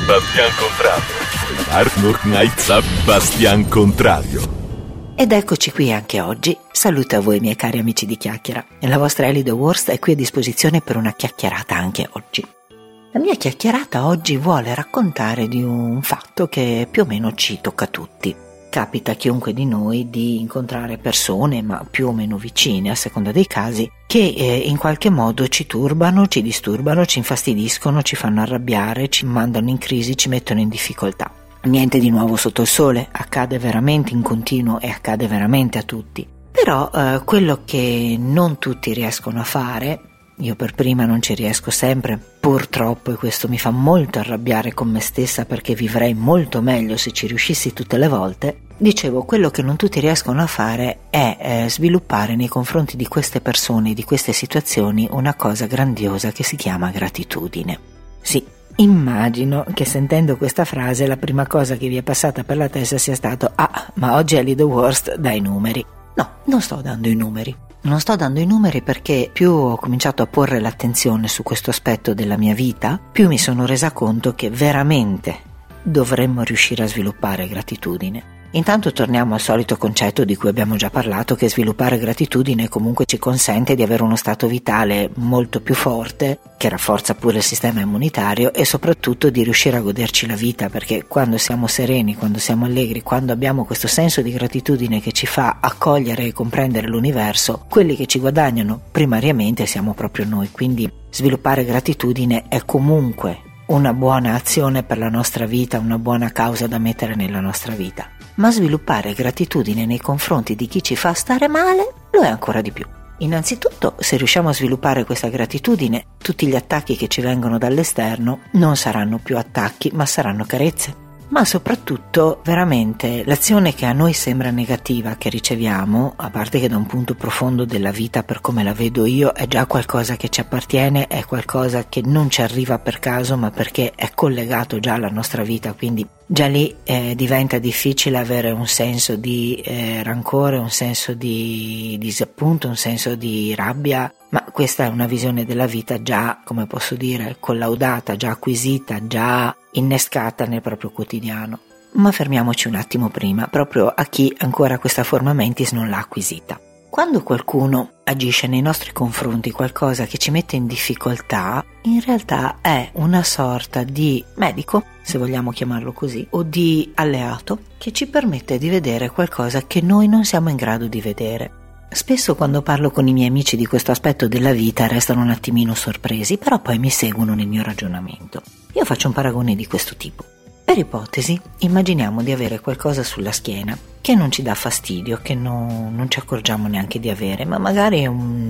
Bastian Contrario. Arnold Knight Bastian Contrario. Ed eccoci qui anche oggi. Saluto a voi miei cari amici di Chiacchiera. La vostra Ellie The Worst è qui a disposizione per una chiacchierata anche oggi. La mia chiacchierata oggi vuole raccontare di un fatto che più o meno ci tocca a tutti. Capita a chiunque di noi di incontrare persone, ma più o meno vicine a seconda dei casi, che in qualche modo ci turbano, ci disturbano, ci infastidiscono, ci fanno arrabbiare, ci mandano in crisi, ci mettono in difficoltà. Niente di nuovo sotto il sole, accade veramente in continuo e accade veramente a tutti. Però quello che non tutti riescono a fare, io per prima non ci riesco sempre, purtroppo, e questo mi fa molto arrabbiare con me stessa perché vivrei molto meglio se ci riuscissi tutte le volte. Dicevo, quello che non tutti riescono a fare è sviluppare nei confronti di queste persone, di queste situazioni, una cosa grandiosa che si chiama gratitudine. Sì, immagino che sentendo questa frase la prima cosa che vi è passata per la testa sia stato ma oggi Ellie The Worst dà i numeri. No, non sto dando i numeri. Non sto dando i numeri perché più ho cominciato a porre l'attenzione su questo aspetto della mia vita, più mi sono resa conto che veramente dovremmo riuscire a sviluppare gratitudine. Intanto torniamo al solito concetto di cui abbiamo già parlato, che sviluppare gratitudine comunque ci consente di avere uno stato vitale molto più forte, che rafforza pure il sistema immunitario e soprattutto di riuscire a goderci la vita, perché quando siamo sereni, quando siamo allegri, quando abbiamo questo senso di gratitudine che ci fa accogliere e comprendere l'universo, quelli che ci guadagnano primariamente siamo proprio noi. Quindi sviluppare gratitudine è comunque una buona azione per la nostra vita, una buona causa da mettere nella nostra vita. Ma sviluppare gratitudine nei confronti di chi ci fa stare male lo è ancora di più. Innanzitutto, se riusciamo a sviluppare questa gratitudine, tutti gli attacchi che ci vengono dall'esterno non saranno più attacchi, ma saranno carezze. Ma soprattutto, veramente, l'azione che a noi sembra negativa che riceviamo, a parte che da un punto profondo della vita, per come la vedo io, è già qualcosa che ci appartiene, è qualcosa che non ci arriva per caso, ma perché è collegato già alla nostra vita, quindi già lì diventa difficile avere un senso di rancore, un senso di disappunto, un senso di rabbia, ma questa è una visione della vita già, come posso dire, collaudata, già acquisita, già innescata nel proprio quotidiano. Ma fermiamoci un attimo prima, proprio a chi ancora questa forma mentis non l'ha acquisita. Quando qualcuno agisce nei nostri confronti qualcosa che ci mette in difficoltà, in realtà è una sorta di medico, se vogliamo chiamarlo così, o di alleato che ci permette di vedere qualcosa che noi non siamo in grado di vedere. Spesso quando parlo con i miei amici di questo aspetto della vita restano un attimino sorpresi, però poi mi seguono nel mio ragionamento. Io faccio un paragone di questo tipo. Per ipotesi, immaginiamo di avere qualcosa sulla schiena che non ci dà fastidio, che non ci accorgiamo neanche di avere, ma magari è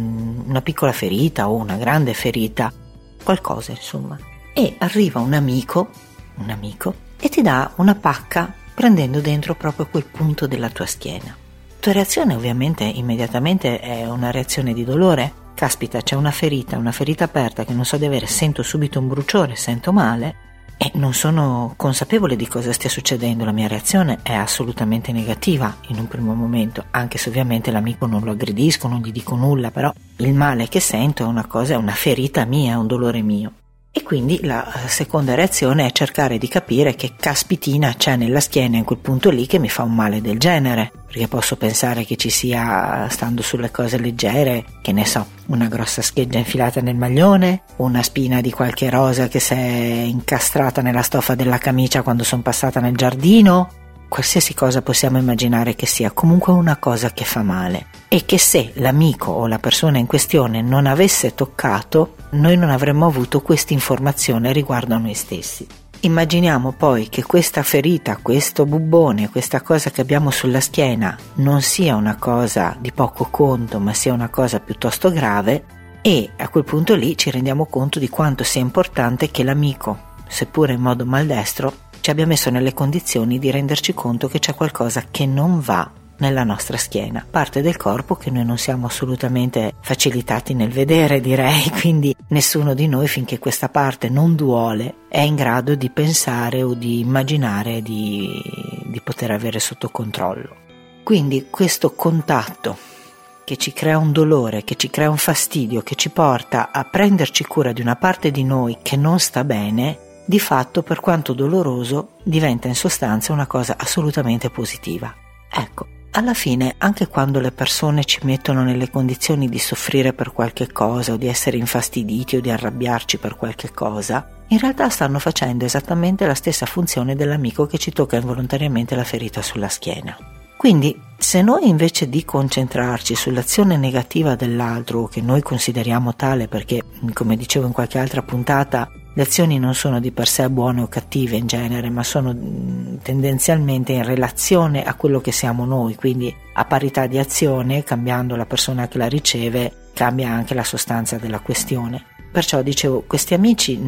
una piccola ferita o una grande ferita, qualcosa insomma. E arriva un amico e ti dà una pacca prendendo dentro proprio quel punto della tua schiena. La tua reazione ovviamente immediatamente è una reazione di dolore. Caspita, c'è una ferita aperta che non so di avere, sento subito un bruciore, sento male e non sono consapevole di cosa stia succedendo. La mia reazione è assolutamente negativa in un primo momento, anche se ovviamente l'amico non lo aggredisco, non gli dico nulla, però il male che sento è una cosa, è una ferita mia, è un dolore mio. E quindi la seconda reazione è cercare di capire che caspitina c'è nella schiena in quel punto lì che mi fa un male del genere, perché posso pensare che ci sia, stando sulle cose leggere, che ne so, una grossa scheggia infilata nel maglione, una spina di qualche rosa che si è incastrata nella stoffa della camicia quando sono passata nel giardino. Qualsiasi cosa possiamo immaginare che sia, comunque una cosa che fa male, e che se l'amico o la persona in questione non avesse toccato, noi non avremmo avuto questa informazione riguardo a noi stessi. Immaginiamo poi che questa ferita, questo bubbone, questa cosa che abbiamo sulla schiena non sia una cosa di poco conto, ma sia una cosa piuttosto grave, e a quel punto lì ci rendiamo conto di quanto sia importante che l'amico, seppure in modo maldestro, ci abbia messo nelle condizioni di renderci conto che c'è qualcosa che non va nella nostra schiena, parte del corpo che noi non siamo assolutamente facilitati nel vedere, direi, quindi nessuno di noi, finché questa parte non duole, è in grado di pensare o di immaginare di poter avere sotto controllo. Quindi questo contatto che ci crea un dolore, che ci crea un fastidio, che ci porta a prenderci cura di una parte di noi che non sta bene, di fatto, per quanto doloroso, diventa in sostanza una cosa assolutamente positiva. Ecco, alla fine, anche quando le persone ci mettono nelle condizioni di soffrire per qualche cosa o di essere infastiditi o di arrabbiarci per qualche cosa, in realtà stanno facendo esattamente la stessa funzione dell'amico che ci tocca involontariamente la ferita sulla schiena. Quindi, se noi invece di concentrarci sull'azione negativa dell'altro, che noi consideriamo tale perché, come dicevo in qualche altra puntata, le azioni non sono di per sé buone o cattive in genere, ma sono tendenzialmente in relazione a quello che siamo noi, quindi a parità di azione, cambiando la persona che la riceve, cambia anche la sostanza della questione. Perciò dicevo, questi amici,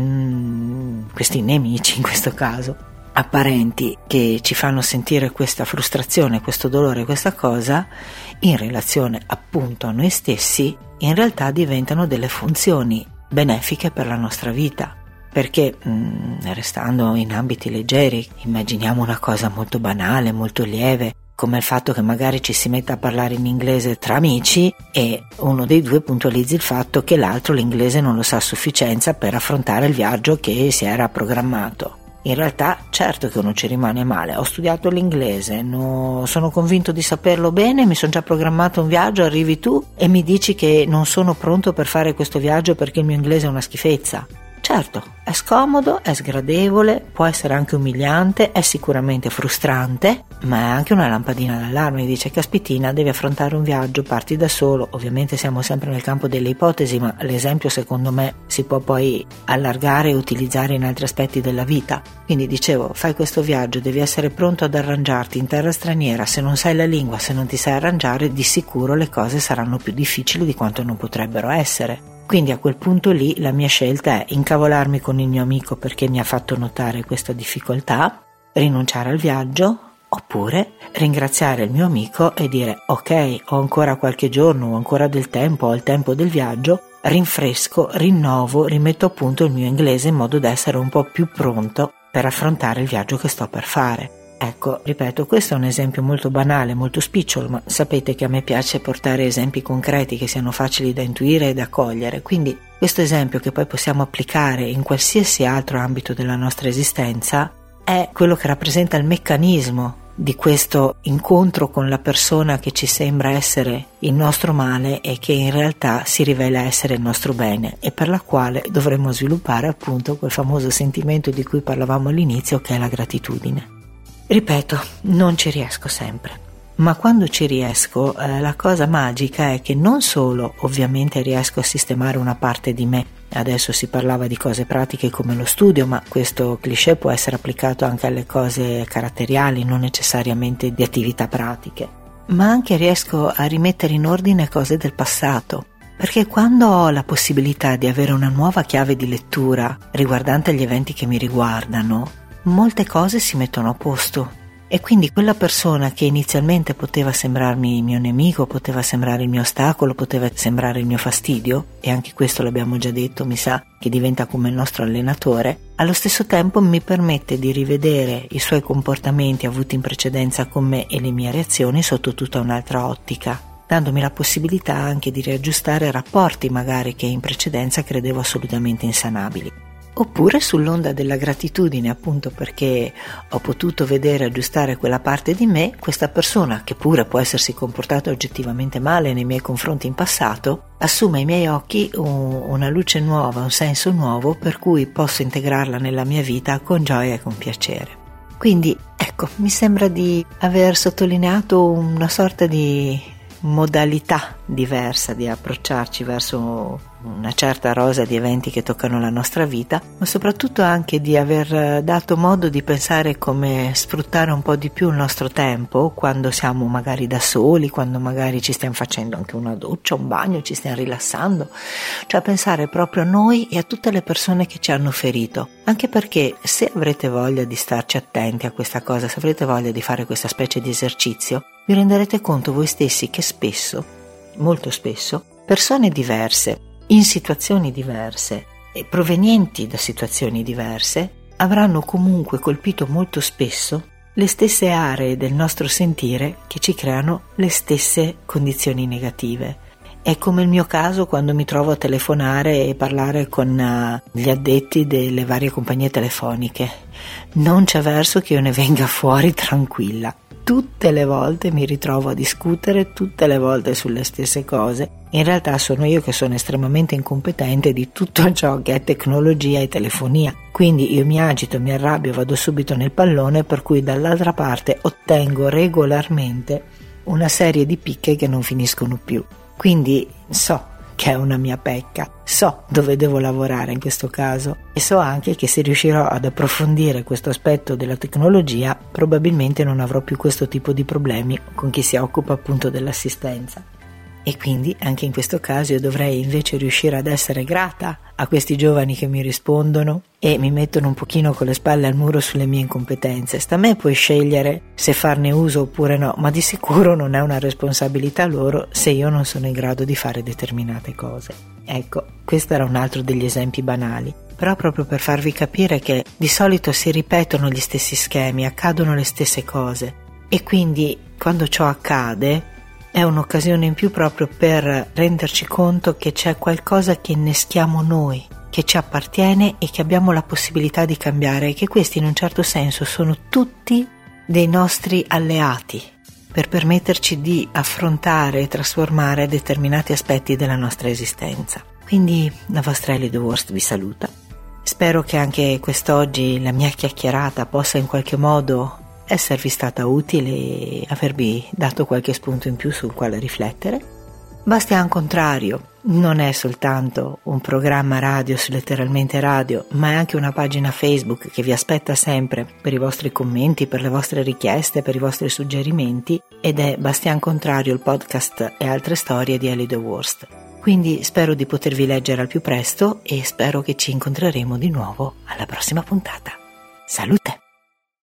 questi nemici in questo caso, apparenti, che ci fanno sentire questa frustrazione, questo dolore, questa cosa, in relazione appunto a noi stessi, in realtà diventano delle funzioni benefiche per la nostra vita. Perché, restando in ambiti leggeri, immaginiamo una cosa molto banale, molto lieve, come il fatto che magari ci si metta a parlare in inglese tra amici e uno dei due puntualizzi il fatto che l'altro l'inglese non lo sa a sufficienza per affrontare il viaggio che si era programmato. In realtà, certo che uno ci rimane male. Ho studiato l'inglese, sono convinto di saperlo bene, mi sono già programmato un viaggio, arrivi tu e mi dici che non sono pronto per fare questo viaggio perché il mio inglese è una schifezza. Certo, è scomodo, è sgradevole, può essere anche umiliante, è sicuramente frustrante, ma è anche una lampadina d'allarme. Dice, caspitina, devi affrontare un viaggio, parti da solo. Ovviamente siamo sempre nel campo delle ipotesi, ma l'esempio secondo me si può poi allargare e utilizzare in altri aspetti della vita. Quindi dicevo, fai questo viaggio, devi essere pronto ad arrangiarti in terra straniera. Se non sai la lingua, se non ti sai arrangiare, di sicuro le cose saranno più difficili di quanto non potrebbero essere. Quindi a quel punto lì la mia scelta è incavolarmi con il mio amico perché mi ha fatto notare questa difficoltà, rinunciare al viaggio, oppure ringraziare il mio amico e dire ok, ho ancora qualche giorno, ho ancora del tempo, ho il tempo del viaggio, rinfresco, rinnovo, rimetto a punto il mio inglese in modo da essere un po' più pronto per affrontare il viaggio che sto per fare. Ecco, ripeto, questo è un esempio molto banale, molto spicciolo, ma sapete che a me piace portare esempi concreti che siano facili da intuire e da cogliere. Quindi questo esempio, che poi possiamo applicare in qualsiasi altro ambito della nostra esistenza, è quello che rappresenta il meccanismo di questo incontro con la persona che ci sembra essere il nostro male e che in realtà si rivela essere il nostro bene, e per la quale dovremmo sviluppare appunto quel famoso sentimento di cui parlavamo all'inizio, che è la gratitudine. Ripeto, non ci riesco sempre, ma quando ci riesco, la cosa magica è che non solo ovviamente riesco a sistemare una parte di me. Adesso si parlava di cose pratiche come lo studio, ma questo cliché può essere applicato anche alle cose caratteriali, non necessariamente di attività pratiche, ma anche riesco a rimettere in ordine cose del passato. Perché quando ho la possibilità di avere una nuova chiave di lettura riguardante gli eventi che mi riguardano, molte cose si mettono a posto, e quindi quella persona che inizialmente poteva sembrarmi il mio nemico, poteva sembrare il mio ostacolo, poteva sembrare il mio fastidio, e anche questo l'abbiamo già detto, mi sa che diventa come il nostro allenatore, allo stesso tempo mi permette di rivedere i suoi comportamenti avuti in precedenza con me e le mie reazioni sotto tutta un'altra ottica, dandomi la possibilità anche di riaggiustare rapporti magari che in precedenza credevo assolutamente insanabili. Oppure sull'onda della gratitudine, appunto perché ho potuto vedere aggiustare quella parte di me, questa persona, che pure può essersi comportata oggettivamente male nei miei confronti in passato, assume ai miei occhi una luce nuova, un senso nuovo, per cui posso integrarla nella mia vita con gioia e con piacere. Quindi ecco, mi sembra di aver sottolineato una sorta di modalità diversa di approcciarci verso una certa rosa di eventi che toccano la nostra vita, ma soprattutto anche di aver dato modo di pensare come sfruttare un po' di più il nostro tempo quando siamo magari da soli, quando magari ci stiamo facendo anche una doccia, un bagno, ci stiamo rilassando, cioè pensare proprio a noi e a tutte le persone che ci hanno ferito, anche perché se avrete voglia di starci attenti a questa cosa, se avrete voglia di fare questa specie di esercizio, vi renderete conto voi stessi che spesso, molto spesso, persone diverse, in situazioni diverse e provenienti da situazioni diverse, avranno comunque colpito molto spesso le stesse aree del nostro sentire che ci creano le stesse condizioni negative. È come il mio caso quando mi trovo a telefonare e parlare con gli addetti delle varie compagnie telefoniche. Non c'è verso che io ne venga fuori tranquilla. Tutte le volte mi ritrovo a discutere, tutte le volte sulle stesse cose. In realtà sono io che sono estremamente incompetente di tutto ciò che è tecnologia e telefonia. Quindi io mi agito, mi arrabbio, vado subito nel pallone, per cui dall'altra parte ottengo regolarmente una serie di picche che non finiscono più. Quindi so che è una mia pecca, so dove devo lavorare in questo caso e so anche che se riuscirò ad approfondire questo aspetto della tecnologia probabilmente non avrò più questo tipo di problemi con chi si occupa appunto dell'assistenza. E quindi anche in questo caso io dovrei invece riuscire ad essere grata a questi giovani che mi rispondono e mi mettono un pochino con le spalle al muro sulle mie incompetenze. Sta a me poi scegliere se farne uso oppure no, ma di sicuro non è una responsabilità loro se io non sono in grado di fare determinate cose. Ecco, questo era un altro degli esempi banali, però proprio per farvi capire che di solito si ripetono gli stessi schemi, accadono le stesse cose e quindi quando ciò accade è un'occasione in più proprio per renderci conto che c'è qualcosa che inneschiamo noi, che ci appartiene e che abbiamo la possibilità di cambiare e che questi in un certo senso sono tutti dei nostri alleati per permetterci di affrontare e trasformare determinati aspetti della nostra esistenza. Quindi la vostra Ellie The Worst vi saluta. Spero che anche quest'oggi la mia chiacchierata possa in qualche modo esservi stata utile e avervi dato qualche spunto in più sul quale riflettere. Bastian Contrario non è soltanto un programma radio su Letteralmente Radio, ma è anche una pagina Facebook che vi aspetta sempre per i vostri commenti, per le vostre richieste, per i vostri suggerimenti, ed è Bastian Contrario, il podcast e altre storie di Ellie The Worst. Quindi spero di potervi leggere al più presto e spero che ci incontreremo di nuovo alla prossima puntata. Salute!